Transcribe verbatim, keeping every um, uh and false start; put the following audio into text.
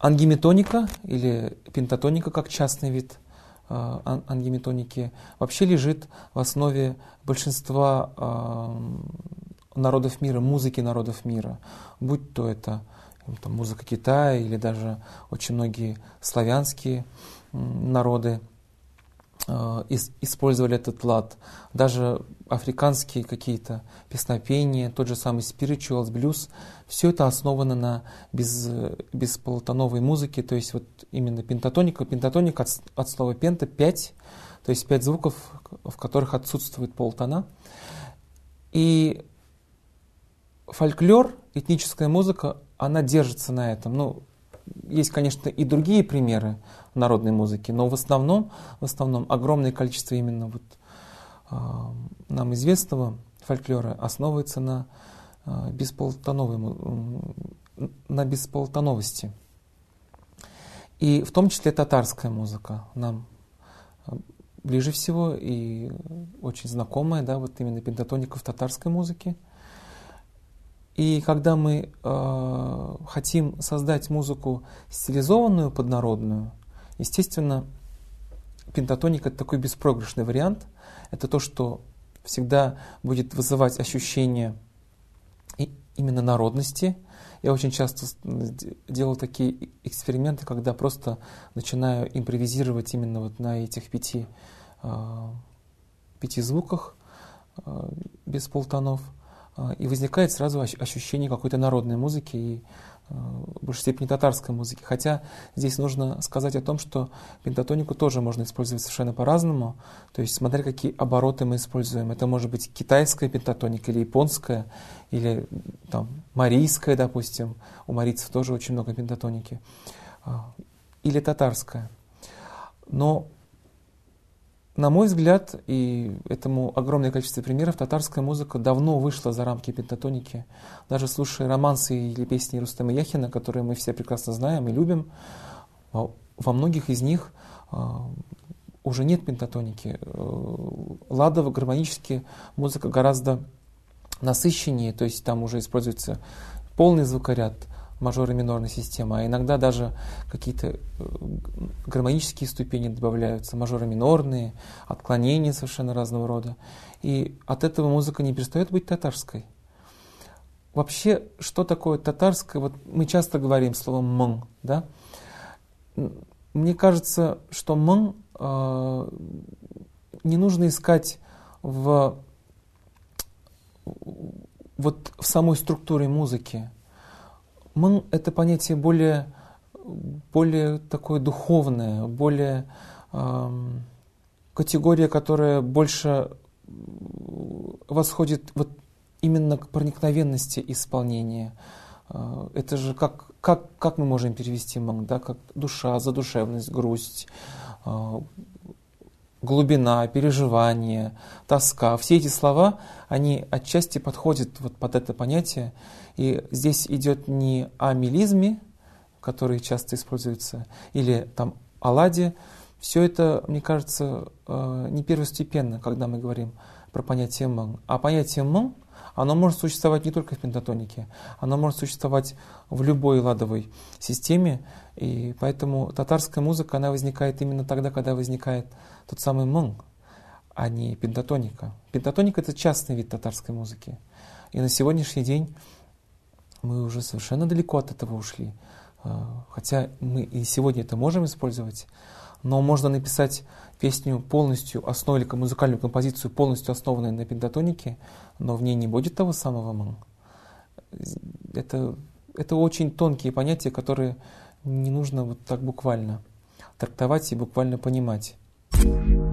Ангиметоника или пентатоника как частный вид ангиметоники вообще лежит в основе большинства народов мира, музыки народов мира, будь то это там, музыка Китая или даже очень многие славянские народы использовали этот лад. Даже африканские какие-то песнопения, тот же самый spirituals, блюз, все это основано на без, бесполутоновой музыке, то есть вот именно пентатоника. Пентатоника от, от слова пента пять, то есть пять звуков, в которых отсутствует полутона. И фольклор, этническая музыка, она держится на этом. Ну, есть, конечно, и другие примеры народной музыки, но в основном, в основном огромное количество именно вот, э, нам известного фольклора основывается на, э, бесполутоновой, э, на бесполутоновости. И в том числе татарская музыка нам ближе всего и очень знакомая, да, вот именно пентатоника в татарской музыке. И когда мы э, хотим создать музыку стилизованную, поднародную, естественно, пентатоника — это такой беспроигрышный вариант. Это то, что всегда будет вызывать ощущение именно народности. Я очень часто делал такие эксперименты, когда просто начинаю импровизировать именно вот на этих пяти, э, пяти звуках э, без полутонов. И возникает сразу ощущение какой-то народной музыки и в большей степени татарской музыки. Хотя здесь нужно сказать о том, что пентатонику тоже можно использовать совершенно по-разному. То есть смотря какие обороты мы используем. Это может быть китайская пентатоника или японская, или там, марийская, допустим. У марийцев тоже очень много пентатоники. Или татарская. Но на мой взгляд, и этому огромное количество примеров, татарская музыка давно вышла за рамки пентатоники. Даже слушая романсы или песни Рустема Яхина, которые мы все прекрасно знаем и любим, во многих из них уже нет пентатоники. Ладово-гармонически музыка гораздо насыщеннее, то есть там уже используется полный звукоряд мажор и минорной системы, а иногда даже какие-то гармонические ступени добавляются, мажоры минорные, отклонения совершенно разного рода. И от этого музыка не перестает быть татарской. Вообще, что такое татарское? Вот мы часто говорим словом «мын», да? Мне кажется, что «мын» э, не нужно искать в, вот в самой структуре музыки. Мын — это понятие более, более такое духовное, более э, категория, которая больше восходит вот именно к проникновенности исполнения. Э, это же как, как, как мы можем перевести мын, да? Как душа, задушевность, грусть, э, глубина, переживание, тоска. Все эти слова, они отчасти подходят вот под это понятие. И здесь идет не о мелизме, который часто используется, или там о ладе. Все это, мне кажется, не первостепенно, когда мы говорим про понятие мын. А понятие мын, оно может существовать не только в пентатонике, оно может существовать в любой ладовой системе. И поэтому татарская музыка, она возникает именно тогда, когда возникает тот самый мын, а не пентатоника. Пентатоника — это частный вид татарской музыки. И на сегодняшний день мы уже совершенно далеко от этого ушли. Хотя мы и сегодня это можем использовать, но можно написать песню полностью, основ, или музыкальную композицию полностью основанную на пентатонике, но в ней не будет того самого мын. Это, это очень тонкие понятия, которые не нужно вот так буквально трактовать и буквально понимать.